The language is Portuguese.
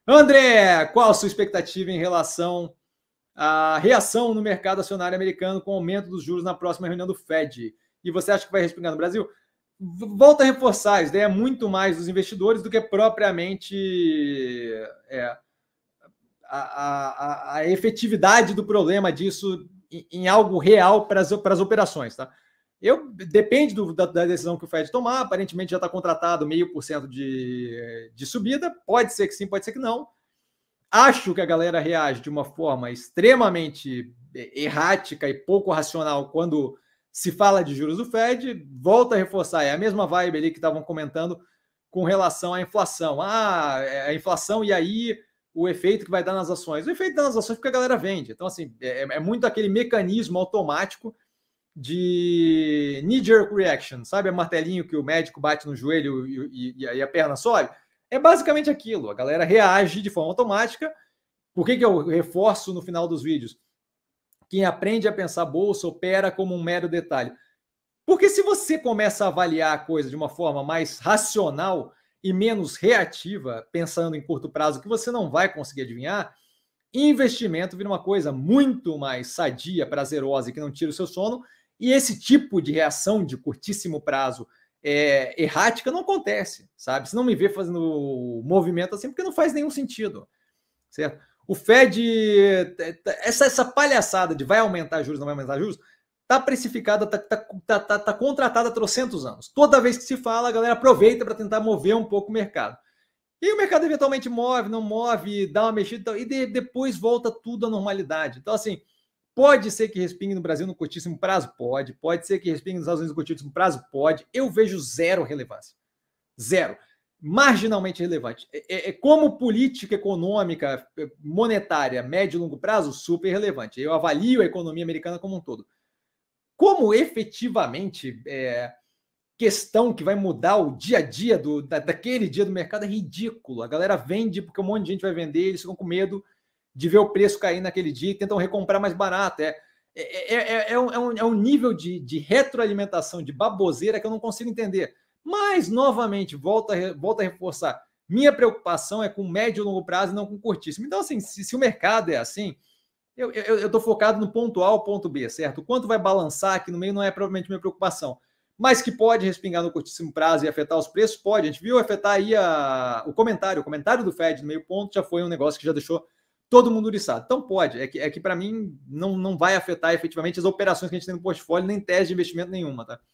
André, qual a sua expectativa em relação à reação no mercado acionário americano com o aumento dos juros na próxima reunião do Fed? E você acha que vai respingar no Brasil? Volta a reforçar, a ideia é muito mais dos investidores do que propriamente é, a efetividade do problema disso em algo real para as operações. Tá? Depende da decisão que o Fed tomar, aparentemente já está contratado 0,5% de subida, pode ser que sim, pode ser que não. Acho que a galera reage de uma forma extremamente errática e pouco racional quando se fala de juros do Fed. Volta a reforçar, é a mesma vibe ali que estavam comentando com relação à inflação. A inflação e aí o efeito que vai dar nas ações. O efeito dá nas ações porque a galera vende. Então, assim, é muito aquele mecanismo automático de knee-jerk reaction, sabe? É martelinho que o médico bate no joelho e a perna sobe. É basicamente aquilo. A galera reage de forma automática. Por que eu reforço no final dos vídeos? Quem aprende a pensar bolsa opera como um mero detalhe. Porque se você começa a avaliar a coisa de uma forma mais racional e menos reativa, pensando em curto prazo, que você não vai conseguir adivinhar, investimento vira uma coisa muito mais sadia, prazerosa, que não tira o seu sono, e esse tipo de reação de curtíssimo prazo errática não acontece, sabe? Você não me vê fazendo movimento assim, porque não faz nenhum sentido, certo? O Fed, essa palhaçada de vai aumentar juros, não vai aumentar juros, está precificada, está contratada há trocentos anos. Toda vez que se fala, a galera aproveita para tentar mover um pouco o mercado. E o mercado eventualmente move, não move, dá uma mexida e depois volta tudo à normalidade. Então, assim, pode ser que respingue no Brasil no curtíssimo prazo? Pode. Pode ser que respingue nos Estados Unidos no curtíssimo prazo? Pode. Eu vejo zero relevância. Zero. Marginalmente relevante. Como política econômica, monetária, médio e longo prazo, super relevante. Eu avalio a economia americana como um todo. Como efetivamente questão que vai mudar o dia a dia daquele dia do mercado é ridículo. A galera vende porque um monte de gente vai vender, eles ficam com medo de ver o preço cair naquele dia e tentam recomprar mais barato. É um nível de retroalimentação, de baboseira que eu não consigo entender. Mas, novamente, volta a reforçar. Minha preocupação é com médio e longo prazo e não com curtíssimo. Então, assim, se o mercado é assim, eu estou focado no ponto A ao ponto B, certo? O quanto vai balançar aqui no meio não é provavelmente minha preocupação. Mas que pode respingar no curtíssimo prazo e afetar os preços, pode. A gente viu afetar aí o comentário do Fed no meio ponto já foi um negócio que já deixou todo mundo uriçado. Então pode. É que para mim não vai afetar efetivamente as operações que a gente tem no portfólio, nem tese de investimento nenhuma, tá?